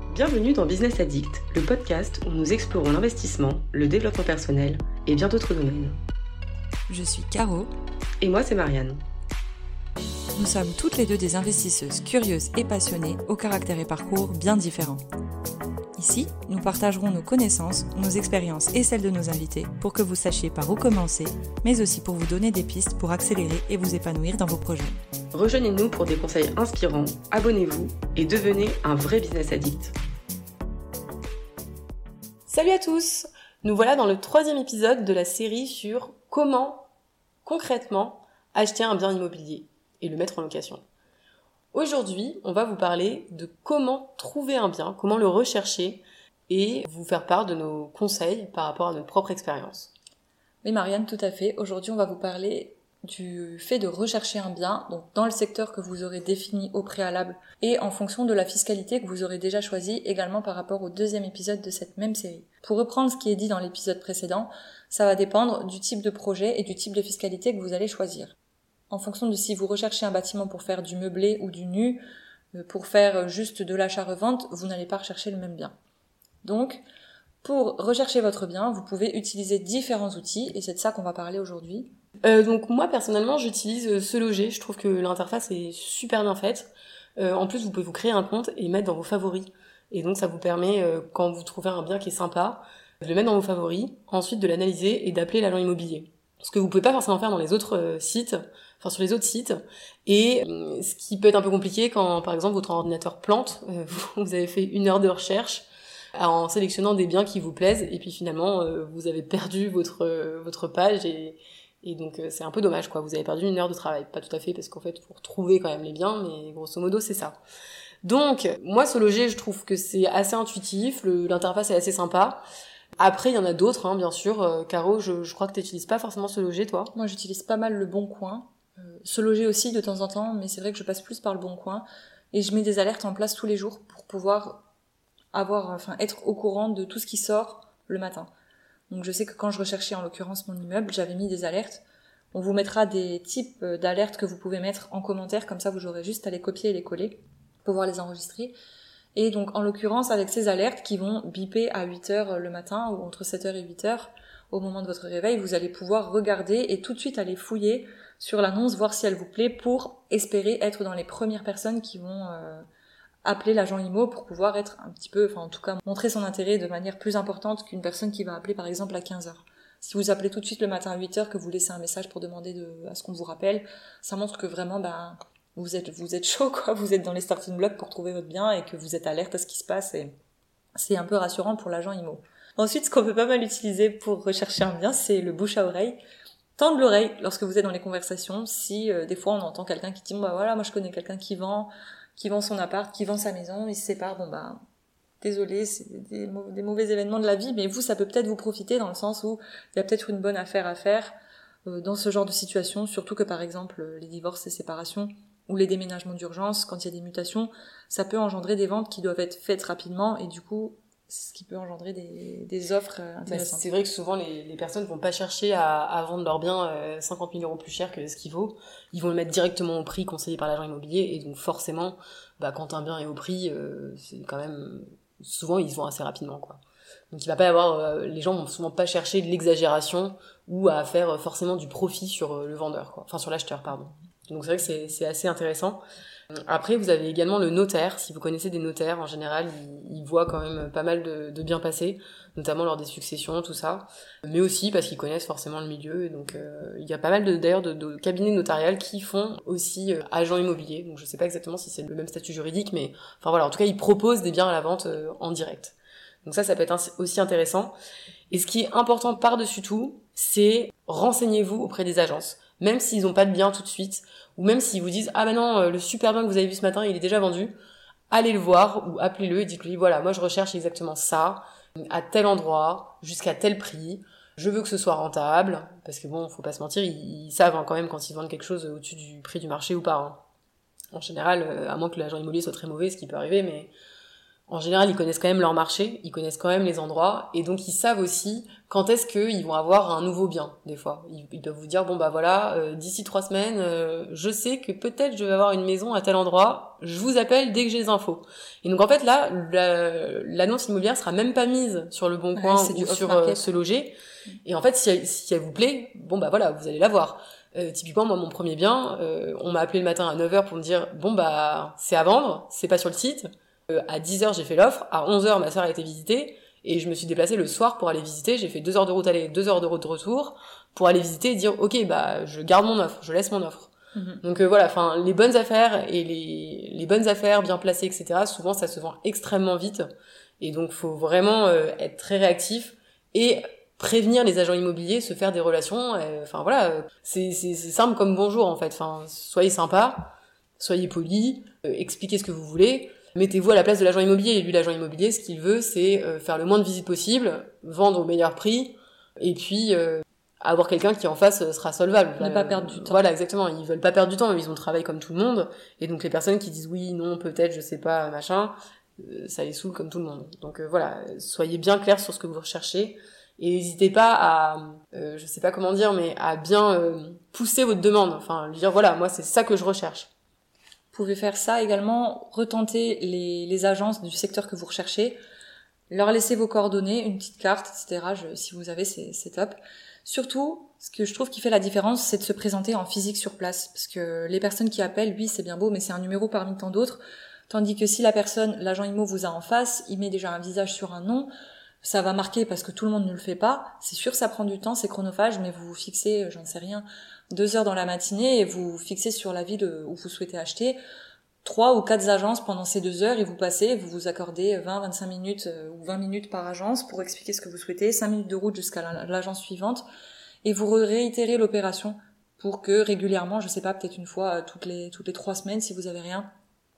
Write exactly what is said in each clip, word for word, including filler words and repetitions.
Bienvenue dans Business Addict, le podcast où nous explorons l'investissement, le développement personnel et bien d'autres domaines. Je suis Caro. Et moi, c'est Marianne. Nous sommes toutes les deux des investisseuses curieuses et passionnées, au caractère et parcours bien différents. Ici, nous partagerons nos connaissances, nos expériences et celles de nos invités pour que vous sachiez par où commencer, mais aussi pour vous donner des pistes pour accélérer et vous épanouir dans vos projets. Rejoignez-nous pour des conseils inspirants, abonnez-vous et devenez un vrai business addict. Salut à tous! Nous voilà dans le troisième épisode de la série sur comment, concrètement, acheter un bien immobilier et le mettre en location. Aujourd'hui, on va vous parler de comment trouver un bien, comment le rechercher et vous faire part de nos conseils par rapport à notre propre expérience. Oui Marianne, tout à fait. Aujourd'hui, on va vous parler du fait de rechercher un bien, donc dans le secteur que vous aurez défini au préalable et en fonction de la fiscalité que vous aurez déjà choisie, également par rapport au deuxième épisode de cette même série. Pour reprendre ce qui est dit dans l'épisode précédent, ça va dépendre du type de projet et du type de fiscalité que vous allez choisir. En fonction de si vous recherchez un bâtiment pour faire du meublé ou du nu, pour faire juste de l'achat-revente, vous n'allez pas rechercher le même bien. Donc, pour rechercher votre bien, vous pouvez utiliser différents outils, et c'est de ça qu'on va parler aujourd'hui. Euh, donc moi, personnellement, j'utilise Se Loger. Je trouve que l'interface est super bien faite. Euh, en plus, vous pouvez vous créer un compte et mettre dans vos favoris. Et donc, ça vous permet, euh, quand vous trouvez un bien qui est sympa, de le mettre dans vos favoris, ensuite de l'analyser et d'appeler l'agent immobilier. Ce que vous pouvez pas forcément faire dans les autres euh, sites, enfin sur les autres sites, et euh, ce qui peut être un peu compliqué quand, par exemple, votre ordinateur plante, euh, vous avez fait une heure de recherche en sélectionnant des biens qui vous plaisent, et puis finalement, euh, vous avez perdu votre euh, votre page, et, et donc euh, c'est un peu dommage, quoi. Vous avez perdu une heure de travail, pas tout à fait, parce qu'en fait, vous retrouvez quand même les biens, mais grosso modo, c'est ça. Donc, moi, Se Loger, je trouve que c'est assez intuitif, le, l'interface est assez sympa. Après, il y en a d'autres, hein, bien sûr. Euh, Caro, je, je crois que tu n'utilises pas forcément Se Loger, toi. Moi, j'utilise pas mal Le Bon Coin. Euh, Se Loger aussi, de temps en temps, mais c'est vrai que je passe plus par Le Bon Coin. Et je mets des alertes en place tous les jours pour pouvoir avoir, enfin, être au courant de tout ce qui sort le matin. Donc, je sais que quand je recherchais, en l'occurrence, mon immeuble, j'avais mis des alertes. On vous mettra des types d'alertes que vous pouvez mettre en commentaire, comme ça, vous aurez juste à les copier et les coller pour pouvoir les enregistrer. Et donc, en l'occurrence, avec ces alertes qui vont biper à huit heures le matin ou entre sept heures et huit heures, au moment de votre réveil, vous allez pouvoir regarder et tout de suite aller fouiller sur l'annonce, voir si elle vous plaît pour espérer être dans les premières personnes qui vont euh, appeler l'agent immo pour pouvoir être un petit peu, enfin en tout cas, montrer son intérêt de manière plus importante qu'une personne qui va appeler par exemple à quinze heures. Si vous appelez tout de suite le matin à huit heures, que vous laissez un message pour demander de, à ce qu'on vous rappelle, ça montre que vraiment, ben, vous êtes, vous êtes chaud, quoi. Vous êtes dans les starting blocks pour trouver votre bien et que vous êtes alerte à ce qui se passe, et c'est un peu rassurant pour l'agent immo. Ensuite, ce qu'on peut pas mal utiliser pour rechercher un bien, c'est le bouche à oreille. Tendre l'oreille lorsque vous êtes dans les conversations. Si, euh, des fois, on entend quelqu'un qui dit, bon, bah voilà, moi je connais quelqu'un qui vend, qui vend son appart, qui vend sa maison, il se sépare, bon, bah, désolé, c'est des, des mauvais événements de la vie, mais vous, ça peut peut-être vous profiter dans le sens où il y a peut-être une bonne affaire à faire euh, dans ce genre de situation, surtout que par exemple, les divorces et séparations, ou les déménagements d'urgence, quand il y a des mutations, ça peut engendrer des ventes qui doivent être faites rapidement, et du coup, c'est ce qui peut engendrer des, des offres intéressantes. C'est vrai que souvent, les, les personnes vont pas chercher à, à vendre leur bien euh, cinquante mille euros plus cher que ce qu'il vaut. Ils vont le mettre directement au prix conseillé par l'agent immobilier, et donc forcément, bah, quand un bien est au prix, euh, c'est quand même... Souvent, ils se vendent assez rapidement, quoi. Donc, il va pas y avoir... Euh, les gens vont souvent pas chercher de l'exagération ou à faire euh, forcément du profit sur euh, le vendeur, quoi. Enfin, sur l'acheteur, pardon. Donc c'est vrai que c'est, c'est assez intéressant. Après, vous avez également le notaire. Si vous connaissez des notaires, en général, ils, ils voient quand même pas mal de, de biens passés, notamment lors des successions, tout ça. Mais aussi parce qu'ils connaissent forcément le milieu. Et donc, euh, il y a pas mal de, d'ailleurs de, de cabinets notariales qui font aussi euh, agents immobiliers. Donc je sais pas exactement si c'est le même statut juridique, mais enfin voilà, en tout cas, ils proposent des biens à la vente euh, en direct. Donc ça, ça peut être aussi intéressant. Et ce qui est important par-dessus tout, c'est renseignez-vous auprès des agences. Même s'ils n'ont pas de bien tout de suite, ou même s'ils vous disent « Ah ben non, le super bien que vous avez vu ce matin, il est déjà vendu », allez le voir ou appelez-le et dites-lui « Voilà, moi je recherche exactement ça, à tel endroit, jusqu'à tel prix, je veux que ce soit rentable », parce que bon, faut pas se mentir, ils, ils savent hein, quand même quand ils vendent quelque chose au-dessus du prix du marché ou pas. Hein. En général, euh, à moins que l'agent immobilier soit très mauvais, ce qui peut arriver, mais en général, ils connaissent quand même leur marché, ils connaissent quand même les endroits, et donc ils savent aussi quand est-ce qu'ils vont avoir un nouveau bien, des fois. Ils, ils peuvent vous dire, bon bah voilà, euh, d'ici trois semaines, euh, je sais que peut-être je vais avoir une maison à tel endroit, je vous appelle dès que j'ai les infos. Et donc en fait là, la, l'annonce immobilière sera même pas mise sur le Bon Coin ouais, ou sur euh, Se Loger, et en fait si elle, si elle vous plaît, bon bah voilà, vous allez la voir. Euh, typiquement, moi, mon premier bien, euh, on m'a appelé le matin à neuf heures pour me dire, bon bah c'est à vendre, c'est pas sur le site. Euh, à dix heures, j'ai fait l'offre. À onze heures, ma sœur a été visiter. Et je me suis déplacée le soir pour aller visiter. J'ai fait deux heures de route aller, deux heures de route retour pour aller visiter et dire, ok, bah, je garde mon offre, je laisse mon offre. Mm-hmm. Donc, euh, voilà, enfin, les bonnes affaires et les, les bonnes affaires bien placées, et cetera, souvent, ça se vend extrêmement vite. Et donc, faut vraiment euh, être très réactif et prévenir les agents immobiliers, se faire des relations. Enfin, euh, voilà, euh, c'est, c'est, c'est simple comme bonjour, en fait. Enfin, soyez sympa, soyez poli, euh, expliquez ce que vous voulez. Mettez-vous à la place de l'agent immobilier. Et lui, l'agent immobilier, ce qu'il veut, c'est euh, faire le moins de visites possible, vendre au meilleur prix, et puis euh, avoir quelqu'un qui en face euh, sera solvable. Ne euh, pas perdre du temps. Voilà, exactement. Ils veulent pas perdre du temps, mais ils ont le travail comme tout le monde. Et donc les personnes qui disent oui, non, peut-être, je sais pas, machin, euh, ça les saoule comme tout le monde. Donc euh, voilà, soyez bien clairs sur ce que vous recherchez. Et n'hésitez pas à, euh, je sais pas comment dire, mais à bien euh, pousser votre demande. Enfin, lui dire voilà, moi c'est ça que je recherche. Vous pouvez faire ça également, retenter les, les agences du secteur que vous recherchez, leur laisser vos coordonnées, une petite carte, et cetera. Je, si vous avez, c'est, c'est top. Surtout, ce que je trouve qui fait la différence, c'est de se présenter en physique sur place. Parce que les personnes qui appellent, oui, c'est bien beau, mais c'est un numéro parmi tant d'autres. Tandis que si la personne, l'agent immo vous a en face, il met déjà un visage sur un nom, ça va marquer parce que tout le monde ne le fait pas. C'est sûr, ça prend du temps, c'est chronophage, mais vous vous fixez, j'en sais rien, deux heures dans la matinée et vous vous fixez sur la ville où vous souhaitez acheter trois ou quatre agences pendant ces deux heures et vous passez, vous vous accordez vingt, vingt-cinq minutes ou vingt minutes par agence pour expliquer ce que vous souhaitez, cinq minutes de route jusqu'à l'agence suivante et vous réitérez l'opération pour que régulièrement, je sais pas, peut-être une fois toutes les, toutes les trois semaines si vous avez rien,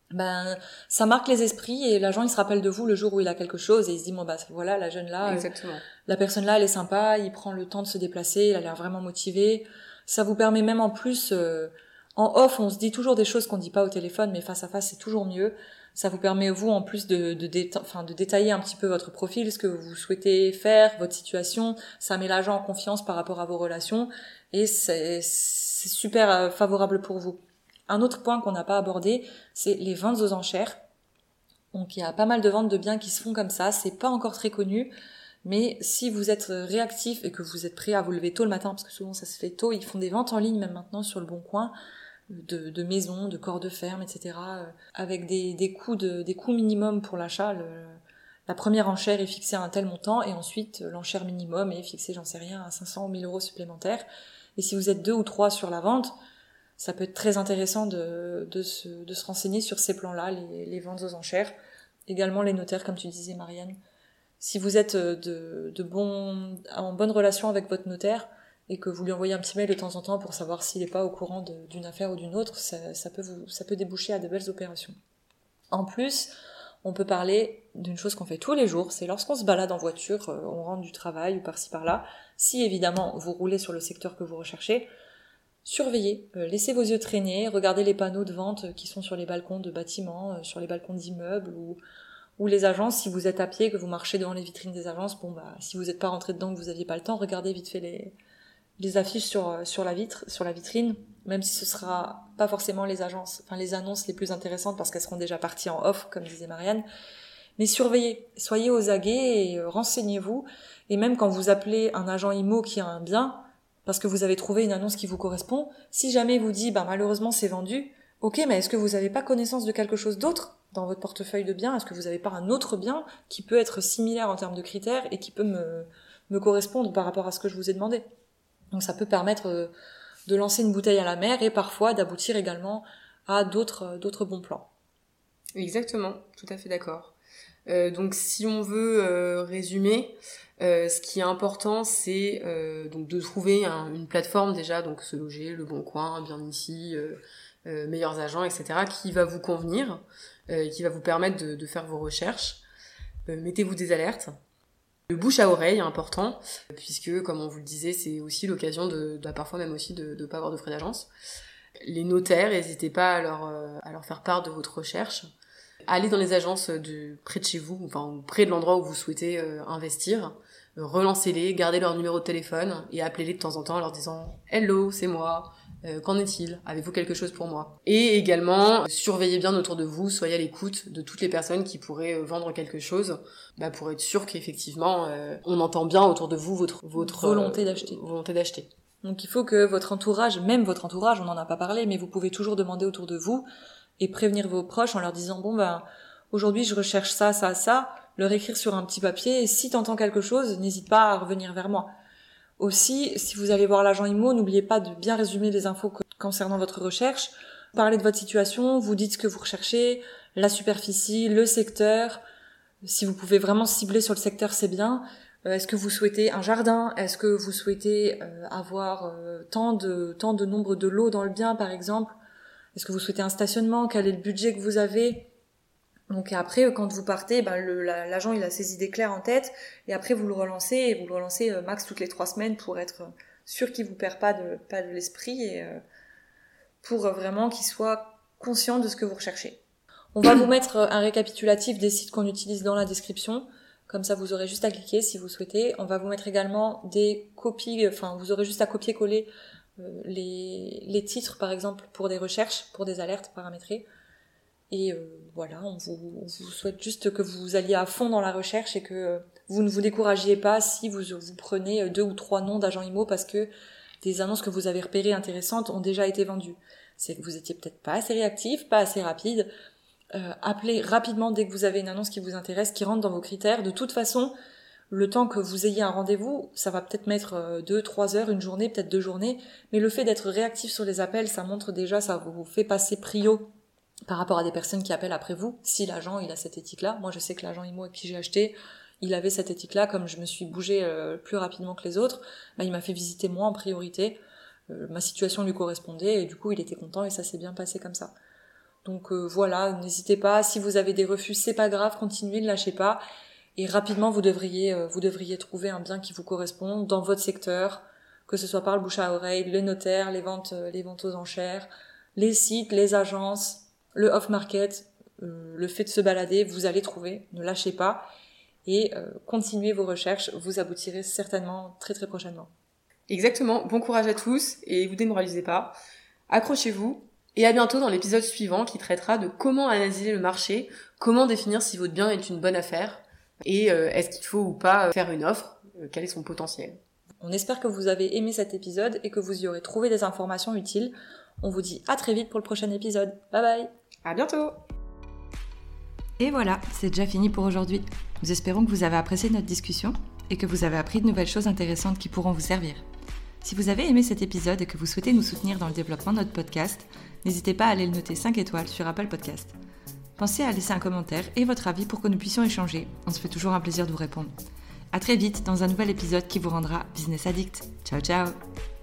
ben ça marque les esprits et l'agent il se rappelle de vous le jour où il a quelque chose et il se dit bon bah voilà la jeune là, exactement. Euh, la personne là elle est sympa, il prend le temps de se déplacer, il a l'air vraiment motivé. Ça vous permet même en plus, euh, en off, on se dit toujours des choses qu'on dit pas au téléphone, mais face à face, c'est toujours mieux. Ça vous permet, vous, en plus, de, de, déta- enfin, de détailler un petit peu votre profil, ce que vous souhaitez faire, votre situation. Ça met l'agent en confiance par rapport à vos relations et c'est, c'est super favorable pour vous. Un autre point qu'on n'a pas abordé, c'est les ventes aux enchères. Donc, il y a pas mal de ventes de biens qui se font comme ça. C'est pas encore très connu. Mais si vous êtes réactif et que vous êtes prêt à vous lever tôt le matin, parce que souvent ça se fait tôt, ils font des ventes en ligne même maintenant sur le Bon Coin, de, de maisons, de corps de ferme, et cetera, avec des, des coûts de, des coûts minimums pour l'achat. Le, la première enchère est fixée à un tel montant et ensuite l'enchère minimum est fixée, j'en sais rien, à cinq cents ou mille euros supplémentaires. Et si vous êtes deux ou trois sur la vente, ça peut être très intéressant de, de, se, de se renseigner sur ces plans-là, les, les ventes aux enchères. Également les notaires, comme tu disais Marianne. Si vous êtes de, de bon, en bonne relation avec votre notaire et que vous lui envoyez un petit mail de temps en temps pour savoir s'il n'est pas au courant de, d'une affaire ou d'une autre, ça, ça, peut vous, ça peut déboucher à de belles opérations. En plus, on peut parler d'une chose qu'on fait tous les jours, c'est lorsqu'on se balade en voiture, on rentre du travail ou par-ci par-là, si évidemment vous roulez sur le secteur que vous recherchez, surveillez, euh, laissez vos yeux traîner, regardez les panneaux de vente qui sont sur les balcons de bâtiments, euh, sur les balcons d'immeubles ou... ou les agences, si vous êtes à pied, que vous marchez devant les vitrines des agences, bon bah si vous n'êtes pas rentré dedans, que vous n'aviez pas le temps, regardez vite fait les, les affiches sur, sur la vitre, sur la vitrine, même si ce sera pas forcément les agences, enfin les annonces les plus intéressantes parce qu'elles seront déjà parties en off, comme disait Marianne. Mais surveillez, soyez aux aguets et renseignez-vous. Et même quand vous appelez un agent immo qui a un bien, parce que vous avez trouvé une annonce qui vous correspond, si jamais il vous dit bah malheureusement c'est vendu, ok, mais est-ce que vous n'avez pas connaissance de quelque chose d'autre dans votre portefeuille de biens? Est-ce que vous n'avez pas un autre bien qui peut être similaire en termes de critères et qui peut me, me correspondre par rapport à ce que je vous ai demandé? Donc ça peut permettre de lancer une bouteille à la mer et parfois d'aboutir également à d'autres, d'autres bons plans. Exactement, tout à fait d'accord. Euh, donc si on veut euh, résumer, euh, ce qui est important, c'est euh, donc de trouver un, une plateforme déjà, donc Se Loger, Le Bon Coin, Bien Ici, euh, euh, Meilleurs Agents, et cetera, qui va vous convenir, euh, qui va vous permettre de, de faire vos recherches. Euh, mettez-vous des alertes. Le bouche à oreille est important, puisque, comme on vous le disait, c'est aussi l'occasion de, de parfois même aussi de ne pas avoir de frais d'agence. Les notaires, n'hésitez pas à leur, à leur faire part de votre recherche. Allez dans les agences de près de chez vous, enfin près de l'endroit où vous souhaitez euh, investir. Euh, relancez-les, gardez leur numéro de téléphone et appelez-les de temps en temps en leur disant « Hello, c'est moi. Euh, qu'en est-il ? Avez-vous quelque chose pour moi ?» Et également, euh, surveillez bien autour de vous, soyez à l'écoute de toutes les personnes qui pourraient euh, vendre quelque chose, bah, pour être sûr qu'effectivement, euh, on entend bien autour de vous votre, votre volonté euh, d'acheter. volonté d'acheter. Donc il faut que votre entourage, même votre entourage, on n'en a pas parlé, mais vous pouvez toujours demander autour de vous et prévenir vos proches en leur disant « Bon, ben, aujourd'hui je recherche ça, ça, ça », leur écrire sur un petit papier, et si t'entends quelque chose, n'hésite pas à revenir vers moi. Aussi, si vous allez voir l'agent IMO, n'oubliez pas de bien résumer les infos concernant votre recherche. Parlez de votre situation, vous dites ce que vous recherchez, la superficie, le secteur. Si vous pouvez vraiment cibler sur le secteur, c'est bien. Euh, est-ce que vous souhaitez un jardin ? Est-ce que vous souhaitez euh, avoir euh, tant de tant de nombre de lots dans le bien, par exemple ? Est-ce que vous souhaitez un stationnement ? Quel est le budget que vous avez ? Donc après, quand vous partez, ben le, la, l'agent il a ses idées claires en tête, et après vous le relancez, et vous le relancez euh, max toutes les trois semaines pour être sûr qu'il vous perd pas de pas de l'esprit, et euh, pour vraiment qu'il soit conscient de ce que vous recherchez. On va vous mettre un récapitulatif des sites qu'on utilise dans la description, comme ça vous aurez juste à cliquer si vous souhaitez. On va vous mettre également des copies, enfin vous aurez juste à copier-coller euh, les les titres par exemple pour des recherches, pour des alertes paramétrées. Et euh, voilà, on vous, on vous souhaite juste que vous alliez à fond dans la recherche et que vous ne vous découragiez pas si vous, vous prenez deux ou trois noms d'agents IMO parce que des annonces que vous avez repérées intéressantes ont déjà été vendues. C'est que vous étiez peut-être pas assez réactif, pas assez rapide. Euh, appelez rapidement dès que vous avez une annonce qui vous intéresse, qui rentre dans vos critères. De toute façon, le temps que vous ayez un rendez-vous, ça va peut-être mettre deux, trois heures, une journée, peut-être deux journées. Mais le fait d'être réactif sur les appels, ça montre déjà, ça vous fait passer prio par rapport à des personnes qui appellent après vous, si l'agent il a cette éthique-là. Moi je sais que l'agent IMO avec qui j'ai acheté, il avait cette éthique-là, comme je me suis bougée euh, plus rapidement que les autres, bah, il m'a fait visiter moi en priorité, euh, ma situation lui correspondait, et du coup il était content et ça s'est bien passé comme ça. Donc euh, voilà, n'hésitez pas, si vous avez des refus, c'est pas grave, continuez, ne lâchez pas, et rapidement vous devriez, euh, vous devriez trouver un bien qui vous correspond dans votre secteur, que ce soit par le bouche à oreille, les notaires, les ventes, euh, les ventes aux enchères, les sites, les agences, le off-market, euh, le fait de se balader, vous allez trouver, ne lâchez pas et euh, continuez vos recherches, vous aboutirez certainement très très prochainement. Exactement, bon courage à tous et vous démoralisez pas, accrochez-vous et à bientôt dans l'épisode suivant qui traitera de comment analyser le marché, comment définir si votre bien est une bonne affaire et euh, est-ce qu'il faut ou pas faire une offre, euh, quel est son potentiel. On espère que vous avez aimé cet épisode et que vous y aurez trouvé des informations utiles. On vous dit à très vite pour le prochain épisode. Bye bye. À bientôt. Et voilà, c'est déjà fini pour aujourd'hui. Nous espérons que vous avez apprécié notre discussion et que vous avez appris de nouvelles choses intéressantes qui pourront vous servir. Si vous avez aimé cet épisode et que vous souhaitez nous soutenir dans le développement de notre podcast, n'hésitez pas à aller le noter cinq étoiles sur Apple Podcast. Pensez à laisser un commentaire et votre avis pour que nous puissions échanger. On se fait toujours un plaisir de vous répondre. À très vite dans un nouvel épisode qui vous rendra business addict. Ciao ciao.